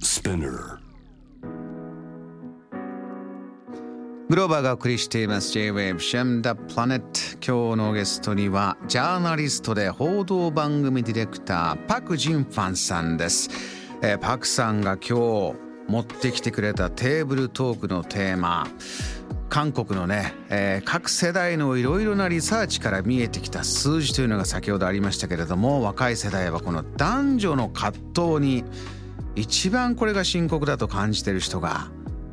Spinner。 グローバーがお送りしています J-Wave Sham the Planet。 今日のゲストにはジャーナリストで報道番組ディレクターパク・ジンファンさんです。パクさんが今日持ってきてくれたテーブルトークのテーマ、韓国のね、各世代のいろいろなリサーチから見えてきた数字というのが先ほどありましたけれども、若い世代はこの男女の葛藤に一番これが深刻だと感じている人が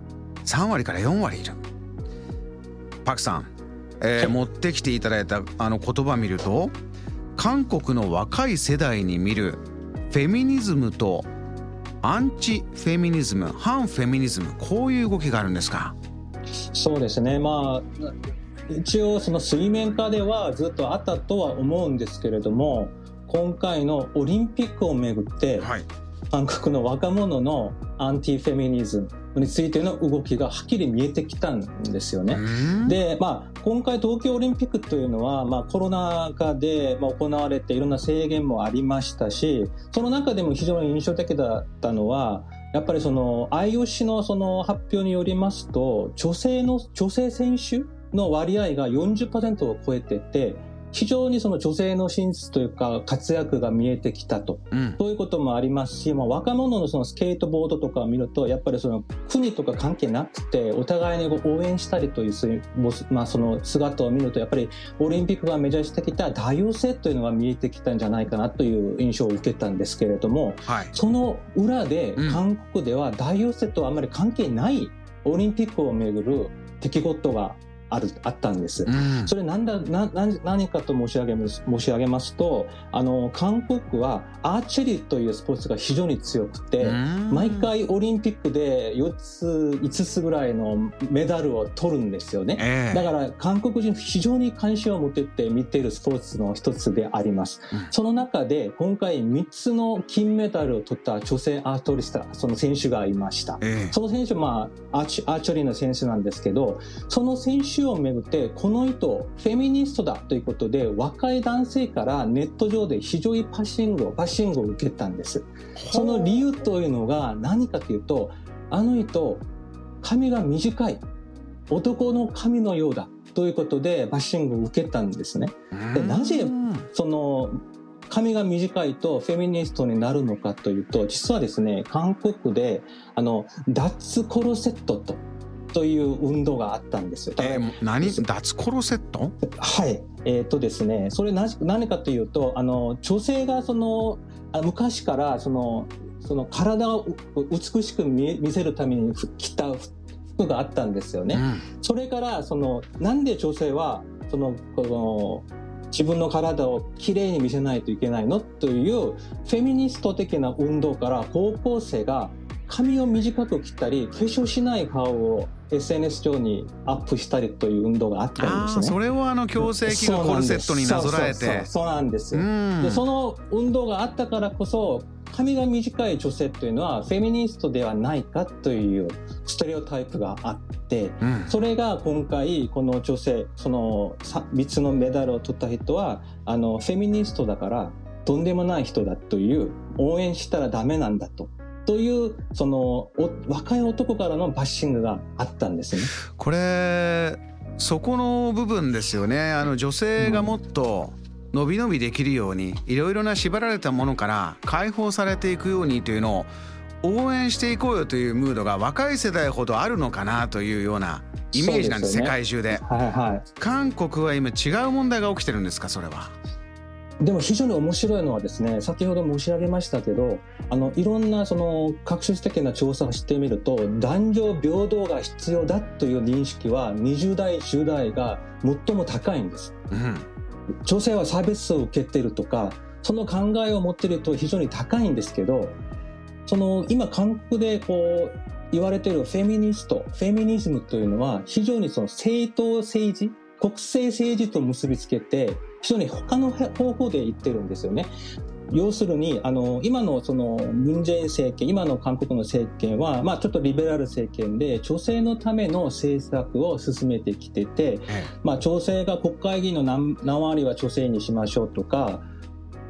3割から4割いる。パクさん、持ってきていただいた言葉見ると、韓国の若い世代に見るフェミニズムとアンチフェミニズム、反フェミニズム、こういう動きがあるんですか？ そうですね、一応その水面下ではずっとあったとは思うんですけれども、今回のオリンピックをめぐって、はい、韓国の若者のアンティフェミニズムについての動きがはっきり見えてきたんですよね。で、今回東京オリンピックというのは、コロナ禍で行われていろんな制限もありましたし、その中でも非常に印象的だったのは、やっぱりその IOC のその発表によりますと、女性選手の割合が 40% を超えてて、非常にその女性の進出というか活躍が見えてきたと、そういうこともありますし、若者のそのスケートボードとかを見ると、やっぱりその国とか関係なくてお互いに応援したりという、その姿を見ると、やっぱりオリンピックが目指してきた多様性というのが見えてきたんじゃないかなという印象を受けたんですけれども、はい、その裏で韓国では多様性とあまり関係ないオリンピックをめぐる出来事があったんです。それ何かと申し上げますと、韓国はアーチェリーというスポーツが非常に強くて、毎回オリンピックで4つ5つぐらいのメダルを取るんですよね。だから韓国人非常に関心を持ってって見ているスポーツの一つであります。その中で今回3つの金メダルを取った女性アートリスト、その選手がいました。その選手はアーチェリーの選手なんですけど、その選手をめぐってこの人フェミニストだということで、若い男性からネット上で非常にバッシングを受けたんです。その理由というのが何かというと、人髪が短い、男の髪のようだということでバッシングを受けたんですね。で、なぜその髪が短いとフェミニストになるのかというと、実はですね、韓国で脱コルセットという運動があったんですよ。 脱コルセット？ はい。ですね、それ何かというと、女性が昔からその体を美しく見せるために着た服があったんですよね。それからなんで女性は自分の体をきれいに見せないといけないのというフェミニスト的な運動から、高校生が髪を短く切ったり化粧しない顔を SNS 上にアップしたりという運動があったんですね。 それを矯正器のコルセットになぞらえて、 そうなんですよ。で、その運動があったからこそ、髪が短い女性というのはフェミニストではないかというステレオタイプがあって、それが今回この女性、その3つのメダルを取った人はフェミニストだからとんでもない人だという、応援したらダメなんだという若い男からのバッシングがあったんですね。 これそこの部分ですよね。女性がもっと伸び伸びできるように、いろいろな縛られたものから解放されていくようにというのを応援していこうよというムードが若い世代ほどあるのかなというようなイメージなんです、世界中で。韓国は今違う問題が起きてるんですか？それは。 でも非常に面白いのはですね、先ほど申し上げましたけど、いろんな学術的な調査をしてみると、男女平等が必要だという認識は20代10代が最も高いんです、女性は差別を受けているとか、その考えを持っていると非常に高いんですけど、今韓国で言われているフェミニズムというのは、非常に政党政治、国政政治と結びつけて、非常に他の方法で言ってるんですよね。要するに今のムン・ジェイン政権、今の韓国の政権は、ちょっとリベラル政権で女性のための政策を進めてきてて、女性が国会議員の何割は女性にしましょうとか、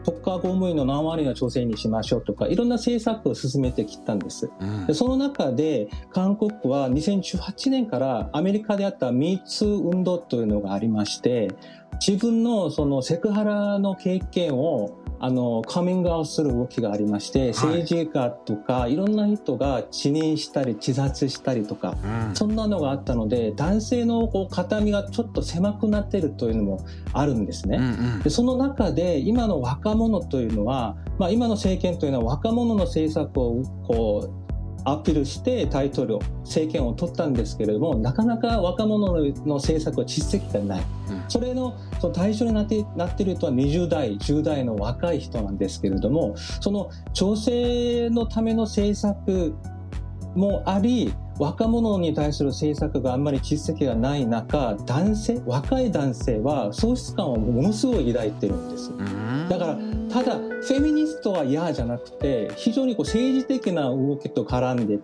国家公務員の何割の女性にしましょうとか、いろんな政策を進めてきたんです。でその中で韓国は2018年からアメリカであった MeToo 運動というのがありまして、自分のそのセクハラの経験をカミングアウトする動きがありまして、政治家とかいろんな人が辞任したり自殺したりとか、そんなのがあったので、男性の肩身がちょっと狭くなっているというのもあるんですね。でその中で今の若者というのは、今の政権というのは若者の政策をアピールして大統領政権を取ったんですけれども、なかなか若者の政策は実績がない、その対象になっている人は20代10代の若い人なんですけれども、その女性のための政策もあり、若者に対する政策があんまり実績がない中、若い男性は喪失感をものすごい抱いてるんです。だからただフェミニストは嫌じゃなくて、非常に政治的な動きと絡んでいって、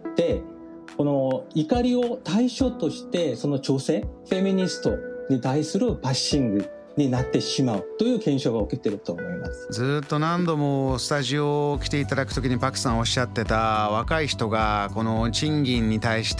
この怒りを対象としてその女性フェミニストに対するバッシングになってしまうという現象が起きていると思います。 ずっと何度もスタジオを来ていただくときにパクさんおっしゃってた、若い人がこの賃金に対して、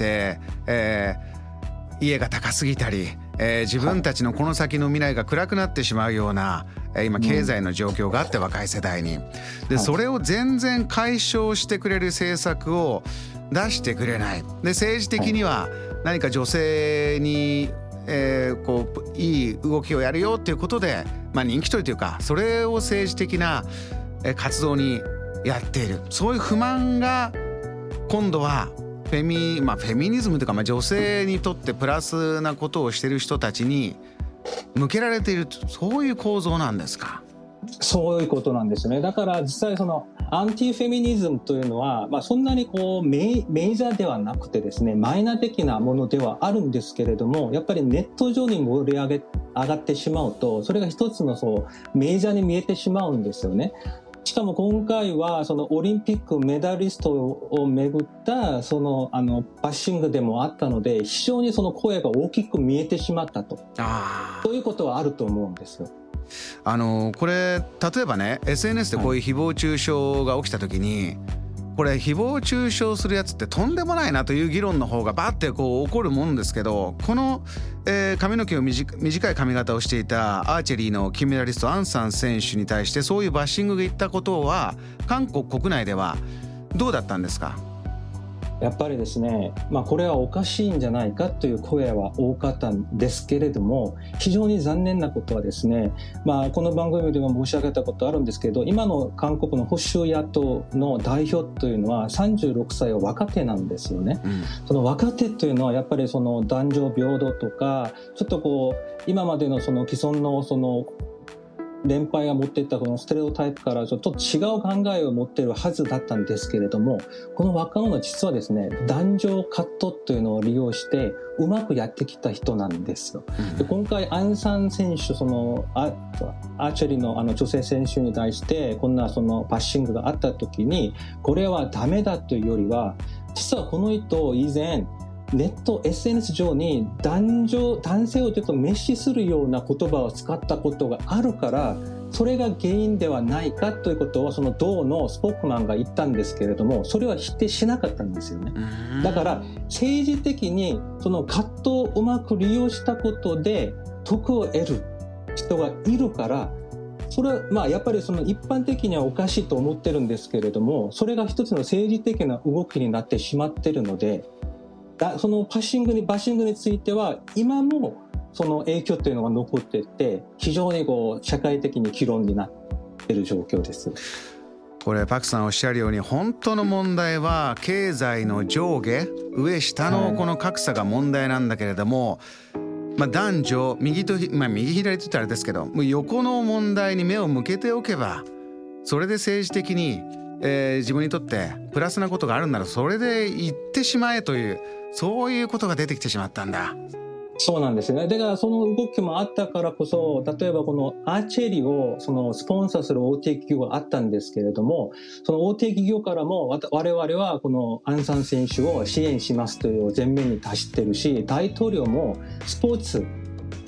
家が高すぎたり、自分たちのこの先の未来が暗くなってしまうような、今経済の状況があって、若い世代にで、それを全然解消してくれる政策を出してくれない。で政治的には何か女性にいい動きをやるよっていうことで、人気取りというか、それを政治的な活動にやっている、そういう不満が今度はフェミニズムというか、女性にとってプラスなことをしている人たちに向けられている、そういう構造なんですか？ そういうことなんですね。だから実際そのアンティフェミニズムというのは、そんなにメジャーではなくてですね、マイナー的なものではあるんですけれども、やっぱりネット上に盛り上がってしまうと、それが一つのメジャーに見えてしまうんですよね。しかも今回はそのオリンピックメダリストをめぐったバッシングでもあったので、非常にその声が大きく見えてしまったということはあると思うんですよ。 これ例えばね、 SNS でこういう誹謗中傷が起きた時に、これ誹謗中傷するやつってとんでもないなという議論の方がバッて起こるもんですけど、この、髪の毛を短い髪型をしていたアーチェリーの金メダリストアンさん選手に対してそういうバッシングが言ったことは、韓国国内ではどうだったんですか？ やっぱりですね、これはおかしいんじゃないかという声は多かったんですけれども、非常に残念なことはですね、この番組でも申し上げたことあるんですけど、今の韓国の保守野党の代表というのは36歳は若手なんですよね。その若手というのはやっぱりその男女平等とか、ちょっと今までのその既存の連敗が持っていったこのステレオタイプからちょっと違う考えを持っているはずだったんですけれども、この若者は実はですね、男女カットというのを利用してうまくやってきた人なんですよ。で今回アンサン選手、アーチェリーの女性選手に対してこんなバッシングがあった時に、これはダメだというよりは、実はこの人以前ネット SNS 上に男性をちょっと蔑視するような言葉を使ったことがあるから、それが原因ではないかということをその同のスポークマンが言ったんですけれども、それは否定しなかったんですよね。だから政治的にその葛藤をうまく利用したことで得を得る人がいるから、それはやっぱりその一般的にはおかしいと思ってるんですけれども、それが一つの政治的な動きになってしまっているので、そのバッシングについては今もその影響というのが残っていて、非常に社会的に議論になっている状況です。 これパクさんおっしゃるように、本当の問題は経済の上下上下のこの格差が問題なんだけれども、男女右左って言ったらあれですけど、横の問題に目を向けておけば、それで政治的に、自分にとってプラスなことがあるんならそれで言ってしまえという、そういうことが出てきてしまったんだ。 そうなんですね。だからその動きもあったからこそ、例えばこのアーチェリーをスポンサーする大手企業があったんですけれども、その大手企業からも我々はこのアンサン選手を支援しますという前面に出してるし、大統領もスポーツ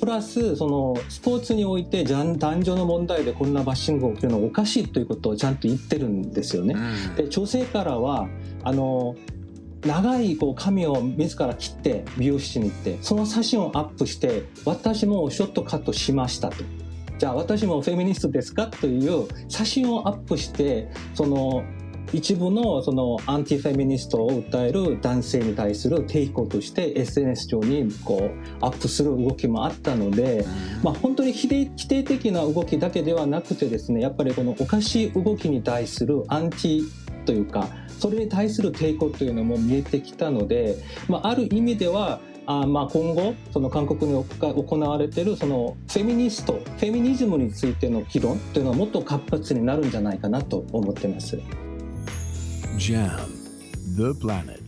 プラスそのスポーツにおいて男女の問題でこんなバッシングが起きるのはおかしいということをちゃんと言ってるんですよね。で女性からは長い髪を自ら切って美容室に行ってその写真をアップして私もショートカットしましたと、じゃあ私もフェミニストですかという写真をアップしてその一部のそのアンティフェミニストを訴える男性に対する抵抗として SNS 上にアップする動きもあったので、本当に否定的な動きだけではなくてですね、やっぱりこのおかしい動きに対するアンティというかそれに対する抵抗というのも見えてきたので、ある意味では今後その韓国に行われているそのフェミニズムについての議論というのはもっと活発になるんじゃないかなと思っています。 JAM, The Planet